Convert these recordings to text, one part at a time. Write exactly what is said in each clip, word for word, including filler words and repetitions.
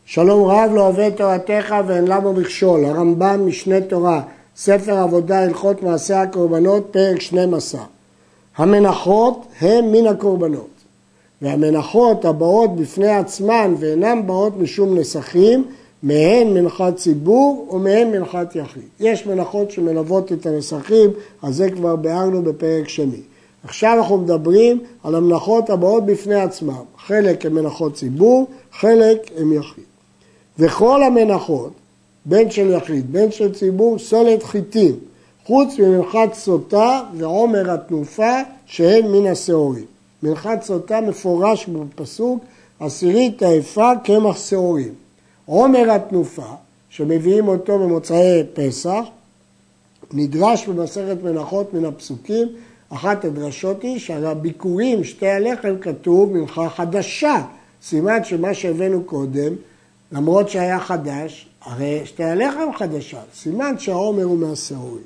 שלום רב לא אוהב תורתך ואין למה מכשול. הרמב"ם משנה תורה, ספר עבודה, הלכות מעשה הקורבנות, פרק שנים עשר. המנחות הם מן הקורבנות, והמנחות הבאות בפני עצמן ואינן באות משום נסכים, מהן מנחת ציבור ומהן מנחת יחיד. יש מנחות שמלוות את הנסכים, אז זה כבר ביארנו בפרק שני. עכשיו אנחנו מדברים על המנחות הבאות בפני עצמם. חלק הם מנחות ציבור, חלק הם יחיד. וכל המנחות, בין של יחיד, בין של ציבור, סולת חיטים, חוץ ממנחת סוטה ועומר התנופה שהן מן השעורים. מנחת סוטה מפורש בפסוק, עשירית העפה קמח שעורים. עומר התנופה, שמביאים אותו במוצאי פסח, נדרש במסכת מנחות מן הפסוקים. אחת הדרשות היא שעל הביקורים שתי הלחם כתוב מנחה חדשה. סימן שמה שהבאנו קודם, למרות שהיה חדש, הרי שתי הלחם חדשה. סימן שהעומר הוא מהשעורים.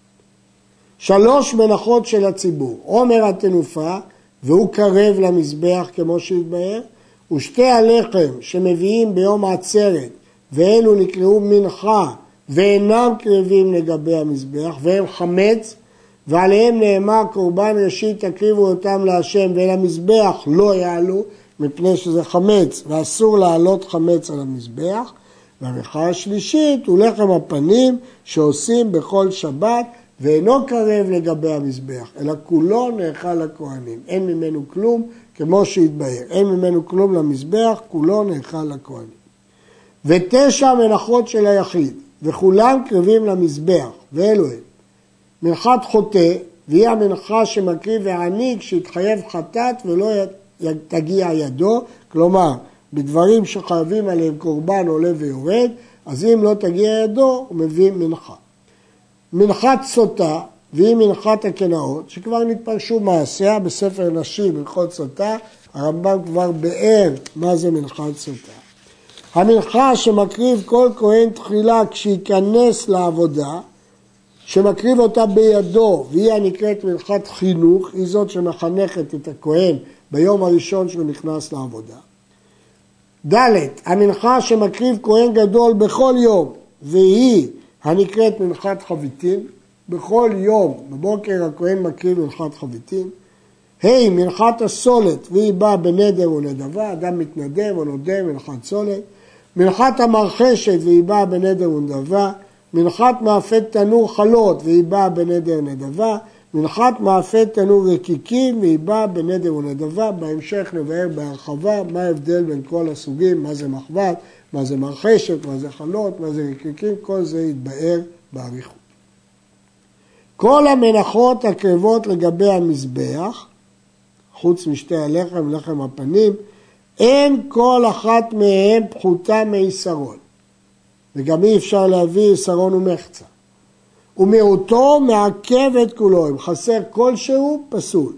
שלוש מנחות של הציבור. עומר התנופה, והוא קרב למזבח כמו שהתבאר, ושתי הלחם שמביאים ביום העצרת, ואלו נקראו מנחה, ואינם קרבים לגבי המזבח, והם חמץ, ועליהם נאמר קורבן ראשית תקריבו אותם להשם, ואל המזבח לא יעלו, מפני שזה חמץ, ואסור לעלות חמץ על המזבח. והמנחה השלישית הוא לחם הפנים שעושים בכל שבת, ואינו קרב לגבי המזבח, אלא כולו נאכל לכהנים. אין ממנו כלום, כמו שהתבהר. אין ממנו כלום למזבח, כולו נאכל לכהנים. ותשע מנחות של היחיד, וכולם קרבים למזבח, ואלו הם. מנחת חוטא, והיא המנחה שמקריב ועניג, שהתחייב חטאת ולא תגיע ידו, כלומר, בדברים שחייבים עליהם קורבן עולה ויורד, אז אם לא תגיע ידו, הוא מביא מנחה. מנחת סוטה, והיא מנחת הקנאות, שכבר נתפרשו מעשיה בספר נשים, מלכות סוטה, הרמב"ם כבר באר מה זה מנחת סוטה. המנחה שמקריב כל כהן תחילה כשיכנס לעבודה, שמקריב אותה בידו, והיא הנקראת מנחת חינוך, היא זאת שמחנכת את הכהן ביום הראשון שהוא נכנס לעבודה. ד' המנחה שמקריב כהן גדול בכל יום, והיא הנקראת מנחת חביתין, בכל יום, בבוקר הכהן מקריב מנחת חביתין. ה' מנחת הסולת, והיא באה בנדר ונדבה, אדם מתנדב או נודר מנחת סולת. מנחת המרחשת, והיא באה בנדר ונדבה. מנחת מאפת תנור חלות, והיא באה בנדר נדבה. מנחת מאפת תנור רקיקים, והיא באה בנדר ונדבה. בהמשך נבהר בהרחבה מה ההבדל בין כל הסוגים, מה זה מחבת, מה זה מרחשת, מה זה חלות, מה זה רקיקים, כל זה יתבאר באריכות. כל המנחות הקרבות לגבי המזבח, חוץ משתי הלחם, לחם הפנים, אין כל אחת מהן פחותה מיסרון. וגם אי אפשר להביא יסרון ומחצה. ומיעוטו מעכב את כולו, אם חסר כלשהו, פסול.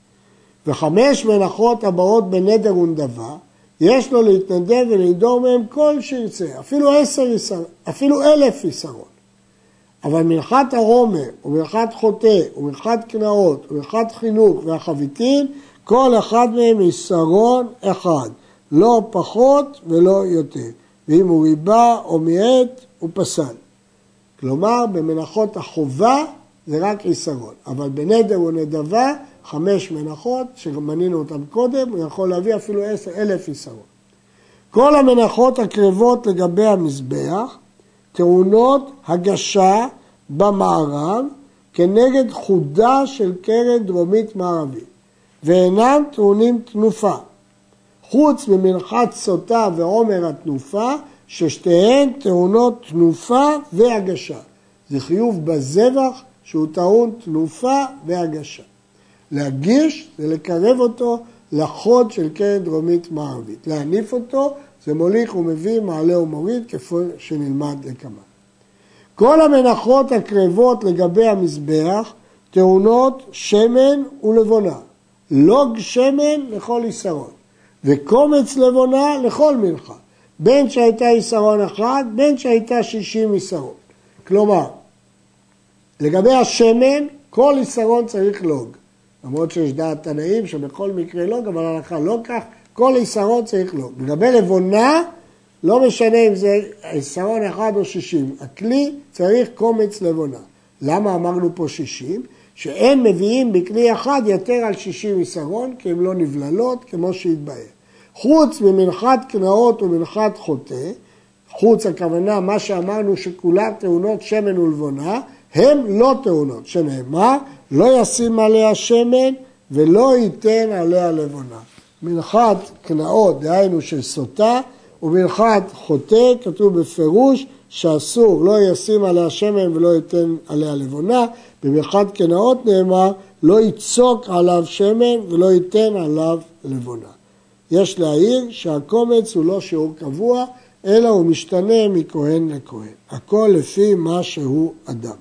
וחמש מנחות הבאות בנדר ונדבה, יש לו להתנדב ולדור מהם כל שירצה, אפילו עשר יסרון, אפילו אלף יסרון. אבל מנחת הרומר, ומנחת חוטא, ומנחת קנאות, ומנחת חינוך והחביתין, כל אחד מהם יסרון אחד, לא פחות ולא יותר. ואם הוא ריבה או מיעט, הוא פסל. כלומר, במנחות החובה זה רק יסרון, אבל בנדר ונדבה, חמש מנחות, שמנינו אותם קודם, הוא יכול להביא אפילו עשר אלף יסרון. כל המנחות הקרבות לגבי המזבח, טעונות הגשה במערב, כנגד חודה של קרן דרומית מערבית, ואינם טעונים תנופה, חוץ ממנחת סוטה ועומר התנופה, ששתיהן טעונות תנופה והגשה. זה חיוב בזבח שהוא טעון תנופה והגשה. להגיש זה לקרב אותו לחוד של קרן דרומית מערבית. להניף אותו זה מוליך ומביא, מעלה ומוריד, כפי שנלמד לכמה. כל המנחות הקרבות לגבי המזבח טעונות שמן ולבונה. לוג שמן לכל יסרון, וקומץ לבונה לכל מנחה. בין שהייתה יסרון אחד, בין שהייתה שישים יסרון. כלומר, לגבי השמן, כל יסרון צריך לוג. למרות שיש דעת תנאים שבכל מקרה לוג, אבל הלכה לא כך, כל יסרון צריך לוג. לגבי לבונה, לא משנה אם זה עשרון אחד או שישים, הכלי צריך קומץ לבונה. למה אמרנו פה שישים? שאין מביאים בכלי אחד יותר על שישים עשרון, כי הן לא נבללות, כמו שהתבאר. חוץ ממנחת קנאות ומנחת חוטא, חוץ הכוונה מה שאמרנו שכולה טעונות שמן ולבונה, הן לא טעונות, שנאמר, לא ישים עליה שמן ולא ייתן עליה לבונה. מנחת קנאות, דהיינו של סוטה, ומנחת חוטא, כתוב בפירוש שאסור, לא ישים עליה שמן ולא ייתן עליה לבונה. במנחת קנאות נאמר, לא יצוק עליו שמן ולא ייתן עליו לבונה. יש להעיר שהקומץ הוא לא שיעור קבוע, אלא הוא משתנה מכהן לכהן. הכל לפי מה שהוא אדם.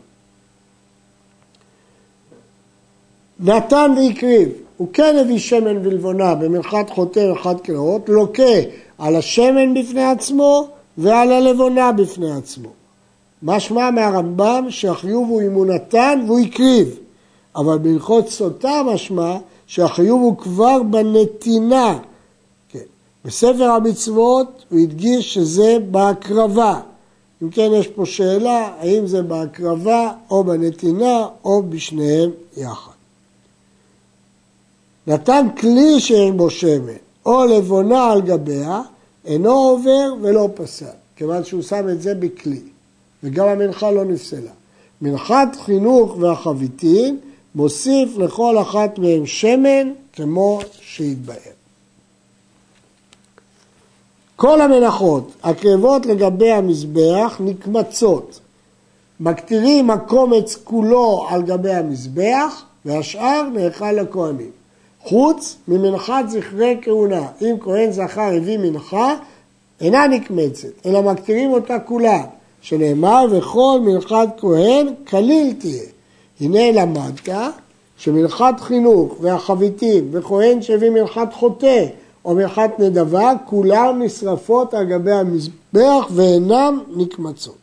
נתן והקריב, הוא כן הביא שמן ולבונה במנחת חוטא ומנחת קנאות, לוקה על השמן בפני עצמו ועל הלבונה בפני עצמו. משמע מהרמב"ם שהחיוב הוא אם הוא נתן והוא הקריב, אבל בהלכות סוטה משמע שהחיוב הוא כבר בנתינה. כן. בספר המצוות הוא הדגיש שזה בהקרבה. אם כן יש פה שאלה האם זה בהקרבה או בנתינה או בשניהם יחד. נתן כלי שאין בו שמן או לבונה על גביה, אינו עובר ולא פסל, כיוון שהוא שם את זה בכלי, וגם המנחה לא נפסלה. מנחת חינוך והחביתין מוסיף לכל אחת מהם שמן כמו שהתבאר. כל המנחות הקרבות לגבי המזבח נקמצות, מקטירים הקומץ כולו על גבי המזבח והשאר נאכל לכהנים. חוץ ממנחת זכרי כהונה, אם כהן זכר הביא מנחה, אינה נקמצת, אלא מקטירים אותה כולה, שנאמר וכל מנחת כהן כליל תהיה. הנה למדת שמנחת חינוך והחביתים וכהן שהביא מנחת חוטא או מנחת נדבה, כולם נשרפות על גבי המזבח ואינם נקמצות.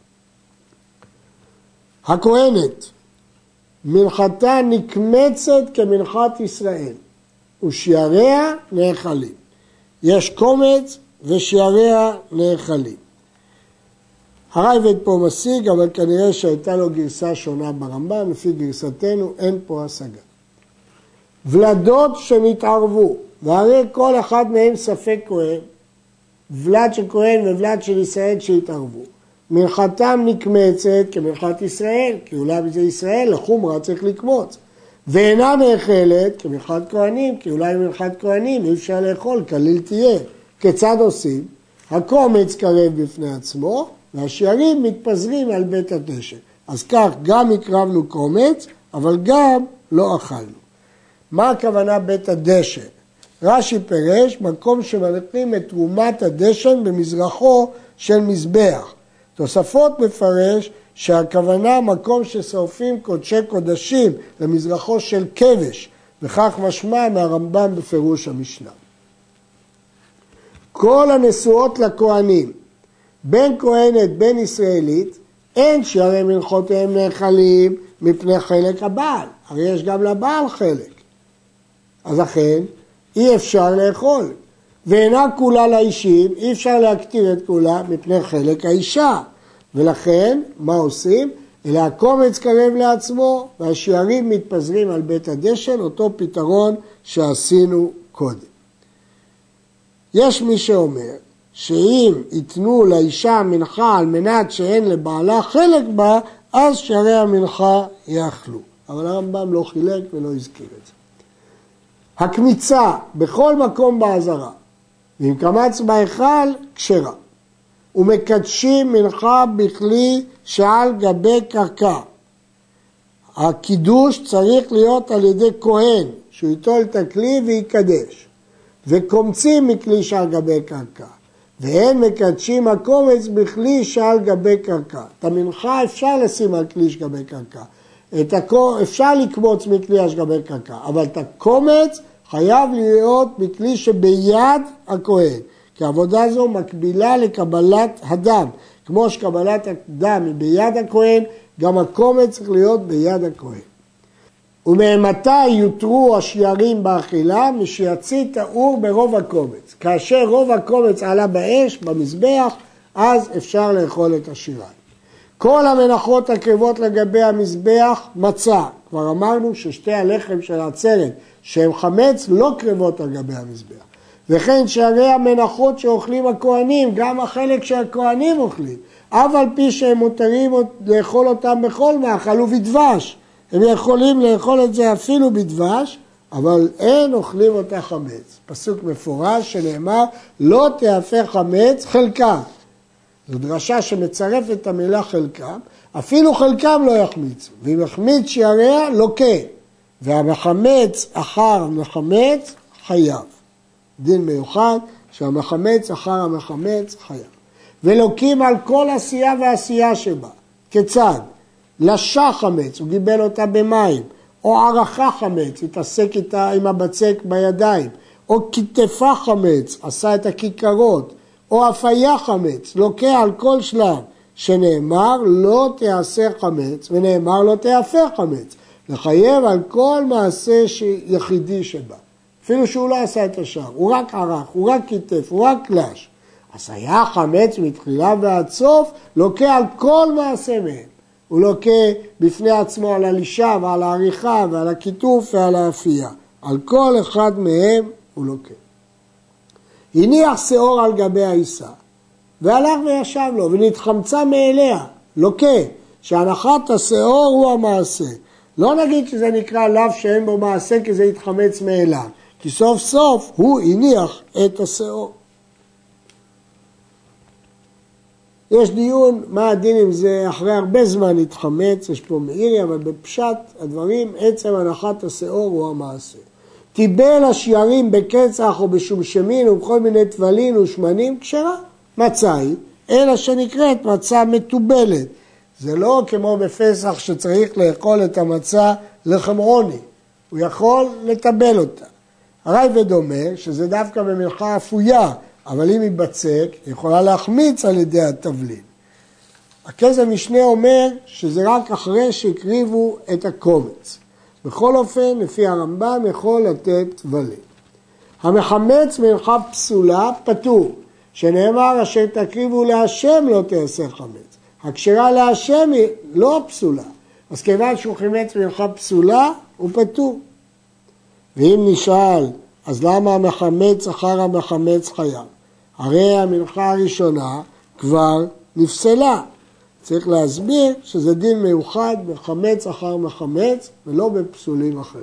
הכהנת, מנחתה נקמצת כמנחת ישראל, ושייריה נאכלים. יש קומץ ושייריה נאכלים. הרייבד פה משיג, אבל כנראה שהייתה לו גרסה שונה ברמב"ם, לפי גרסתנו אין פה השגה. ולדות שנתערבו, והרי כל אחד מהם ספק כהן, ולד של כהן וולד של ישראל שהתערבו. מנחתם נקמצת כמנחת ישראל, כי אולי זה ישראל, לחומרה צריך לקמוץ. ואינה נאכלת כמנחת כהנים, כי אולי מנחת כהנים אי אפשר לאכול, כליל תהיה. כיצד עושים? הקומץ קרב בפני עצמו, והשיירים מתפזרים על בית הדשא. אז כך גם הקרבנו קומץ, אבל גם לא אכלנו. מה הכוונה בית הדשא? רש"י פירש, מקום שמניחים את תרומת הדשן במזרחו של מזבח. תוספות מפרש שהכוונה מקום ששורפים קודשי קודשים למזרחו של כבש, וכך משמע מהרמב"ם בפירוש המשנה. כל הנשואות לכהנים, בין כהנת בין ישראלית, אין שהרי מנחותיהם נאכלים מפני חלק הבעל, הרי יש גם לבעל חלק. אז לכן אי אפשר לאכול, ואינה כולה לאישים, אי אפשר להקטיר את כולה מפני חלק האישה. ולכן, מה עושים? אלא הקומץ קרב לעצמו, והשיירים מתפזרים על בית הדשן, אותו פתרון שעשינו קודם. יש מי שאומר, שאם ייתנו לאישה מנחה על מנת שאין לבעלה חלק בה, אז שערי המנחה יאכלו. אבל הרמב"ם לא חילק ולא הזכיר את זה. הקמיצה בכל מקום בעזרה, ואם קמץ בהיכל, כשרה. ומקדשים מנחה בכלי שעל גבי קרקע. הקידוש צריך להיות על ידי כהן, שהוא ייטול את הכלי ויקדש. וקומצים מכלי שעל גבי קרקע. ואין מקדשים הקומץ בכלי שעל גבי קרקע. את המנחה אפשר לשים על כלי שעל גבי קרקע. את הקו... אפשר לקמוץ מכלי שעל גבי קרקע. אבל את הקומץ חייב להיות בכלי שביד הכהן. כי העבודה זו מקבילה לקבלת הדם. כמו שקבלת הדם היא ביד הכהן, גם הקומץ צריך להיות ביד הכהן. וממתי יותרו השיירים באכילה? משיציא טהור ברוב הקומץ. כאשר רוב הקומץ עלה באש, במזבח, אז אפשר לאכול את השיריים. כל המנחות הקרבות לגבי המזבח מצה. כבר אמרנו ששתי הלחם של העצרת שהם חמץ לא קרבות על גבי המזבח. וכן שהרי המנחות שאוכלים הכהנים, גם החלק שהכהנים אוכלים, אף על פי שהם מותרים לאכול אותם בכל מאכל ובדבש. הם יכולים לאכול את זה אפילו בדבש, אבל אין אוכלים אותה חמץ. פסוק מפורש שנאמר, לא תהפך חמץ חלקם. זו דרשה שמצרפת את המילה חלקם, אפילו חלקם לא יחמיצו. ואם יחמיץ שיריה, לוקה. והמחמץ אחר המחמץ חייב. דין מיוחד שהמחמץ אחר המחמץ חייב. ולוקים על כל עשייה ועשייה שבה. כיצד? לשה חמץ, הוא גיבל אותה במים, או ערכה חמץ, התעסק איתה עם הבצק בידיים, או כתפה חמץ, עשה את הכיכרות, או אפיה חמץ, לוקה על כל שלב, שנאמר לא תעשה חמץ, ונאמר לא תהפך חמץ, לחייב על כל מעשה יחידי שבה. אפילו שהוא לא עשה את השאר, הוא רק ערך, הוא רק כתף, הוא רק לש. עשייה חמץ מתחילה ועד סוף, לוקה על כל מעשה מהם. הוא לוקה בפני עצמו על הלישה ועל העריכה ועל הכיתוף ועל האפייה. על כל אחד מהם הוא לוקה. הניח שעור על גבי העיסה, והלך וישב לו, ונתחמצה מאליה, לוקה, שהנחת השעור הוא המעשה. לא נגיד שזה נקרא לאו שאין בו מעשה, כי זה יתחמץ מאליו, כי סוף סוף הוא הניח את השעור. יש דיון מה הדין אם זה אחרי הרבה זמן התחמץ, יש פה מאירי, אבל בפשט הדברים, עצם הנחת השעור הוא המעשה. טיבל השיירים בקצח או בשמשמין ובכל מיני טבלין ושמנים, כשרה, מצה היא, אלא שנקראת מצה מתובלת. זה לא כמו בפסח שצריך לאכול את המצה לחם עוני, הוא יכול לטבל אותה. הרייבד אומר שזה דווקא במלחה אפויה, אבל אם היא בצק, היא יכולה להחמיץ על ידי התבלין. הכסף משנה אומר שזה רק אחרי שהקריבו את הקומץ. בכל אופן, לפי הרמב"ם, יכול לתת טבלין. המחמץ מלחה פסולה פטור, שנאמר אשר תקריבו להשם לא תעשה חמץ. הכשרה להשם היא לא פסולה, אז כיוון שהוא חימץ מלחה פסולה, הוא פטור. ואם נשאל, אז למה המחמץ אחר המחמץ חייב? הרי המלחה הראשונה כבר נפסלה. צריך להסביר שזה דין מיוחד בחמץ אחר מחמץ ולא בפסולים אחרים.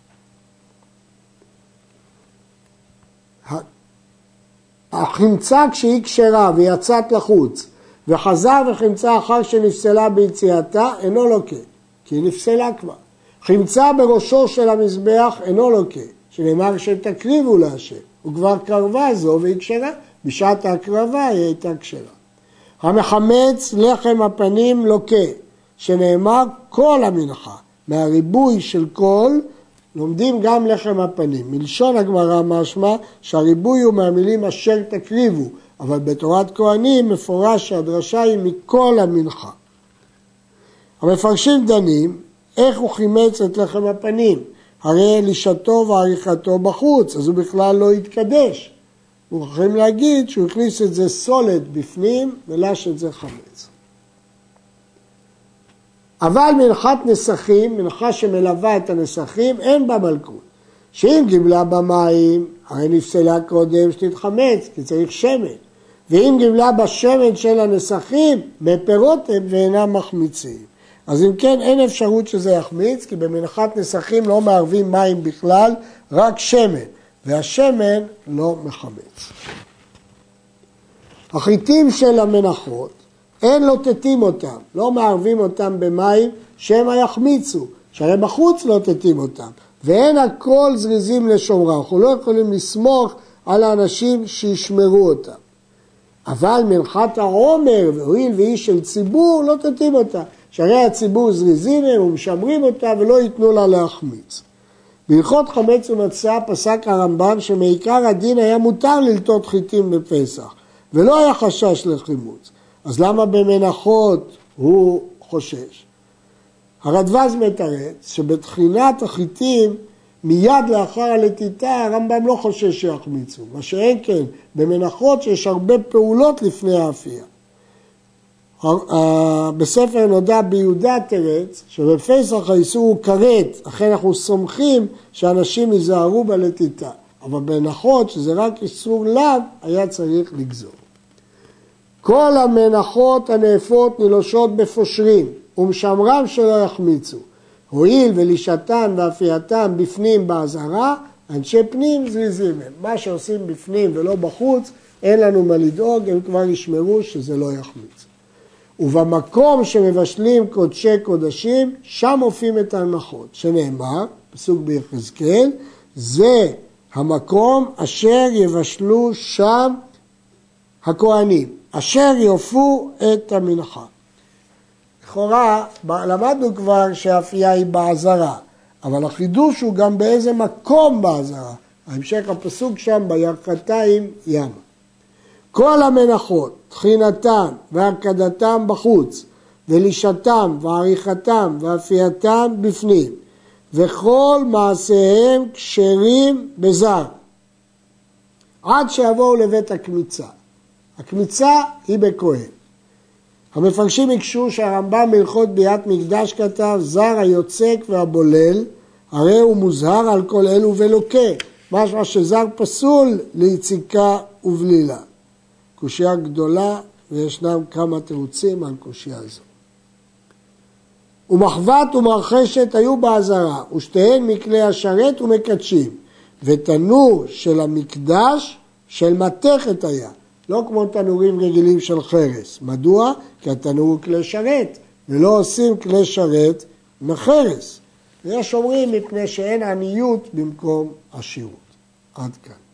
החמצה כשהיא כשרה ויצאת לחוץ וחזר וחמצה אחר שנפסלה ביציאתה אינו לוקה, כי היא נפסלה כבר. חמצה בראשו של המזבח אינו לוקה, שנאמר שתקריבו להשם. הוא כבר קרבה זו והיא כשרה, בשעת ההקרבה היא הייתה כשרה. המחמץ לחם הפנים לוקה, שנאמר כל המנחה, מהריבוי של כל, לומדים גם לחם הפנים. מלשון הגמרא משמע שהריבוי הוא מהמילים אשר תקריבו, אבל בתורת כהנים מפורש שהדרשה היא מכל המנחה. המפרשים דנים איך הוא חימץ את לחם הפנים, הרי לישתו ועריכתו בחוץ, אז הוא בכלל לא יתקדש. מוכרחים להגיד שהוא הכניס את זה סולד בפנים ולש את זה חמץ. אבל מנחת נסכים, מנחה שמלווה את הנסכים, אין בה מלכות. שאם גיבלה במים, הרי נפסלה קודם שתתחמץ, כי צריך שמן. ואם גיבלה בשמן של הנסכים, בפירות הם ואינם מחמיצים. אז אם כן, אין אפשרות שזה יחמיץ, כי במנחת נסכים לא מערבים מים בכלל, רק שמן. והשמן לא מחמץ. החיטים של המנחות, אין לוטטים אותם, לא מערבים אותם במים, שמא יחמיצו, שהרי בחוץ לוטטים אותם, ואין הכל זריזים לשומרה, אנחנו לא יכולים לסמוך על האנשים שישמרו אותם. אבל מנחת העומר, והואיל והיא של ציבור, לוטטים אותה, שהרי הציבור זריזים הם ומשמרים אותה ולא ייתנו לה להחמיץ. בהלכות חמץ ומצה פסק הרמב"ם שמעיקר הדין היה מותר ללטות חיטים בפסח, ולא היה חשש לחימוץ. אז למה במנחות הוא חושש? הרדב"ז מתרץ שבתחינת החיטים מיד לאחר הלטיטה הרמב"ם לא חושש שיחמיצו, מה שאין כן במנחות שיש הרבה פעולות לפני האפייה. בספר נודע ביהודה תרץ שבפסח האיסור הוא כרת, לכן אנחנו סומכים שאנשים ייזהרו בלטיטה, אבל במנחות שזה רק איסור לאו היה צריך לגזור. כל המנחות הנאפות נילושות בפושרים ומשמרם שלא יחמיצו, הואיל ולישתן ואפייתן בפנים באזהרה, אנשי פנים זריזים הם. מה שעושים בפנים ולא בחוץ, אין לנו מה לדאוג, הם כבר ישמרו שזה לא יחמיץ. ובמקום שמבשלים קודשי קודשים, שם הופים את ההנחות, שנאמר, פסוק ביחזקאל, זה המקום אשר יבשלו שם הכהנים, אשר יופו את המנחה. לכאורה, למדנו כבר שהאפייה היא בעזרה, אבל החידוש הוא גם באיזה מקום בעזרה. ההמשך הפסוק שם בירכתיים ימה. כל המנחות, תחינתם והרכדתם בחוץ, ולישתם ועריכתם ואפייתם בפנים, וכל מעשיהם כשרים בזר, עד שיבואו לבית הקמיצה. הקמיצה היא בכהן. המפרשים הקשו שהרמב"ם בהלכות ביאת מקדש כתב, זר היוצק והבולל, הרי הוא מוזהר על כל אלו ולוקה, משמע שזר פסול ליציקה ובלילה. קושיה גדולה, וישנם כמה תירוצים על קושיה זו. ומחבת ומרחשת היו בעזרה, ושתיהן מכלי השרת ומקדשים, ותנור של המקדש של מתכת היה, לא כמו תנורים רגילים של חרס. מדוע? כי התנור הוא כלי שרת, ולא עושים כלי שרת מחרס. ויש אומרים מפני שאין עניות במקום עשירות. עד כאן.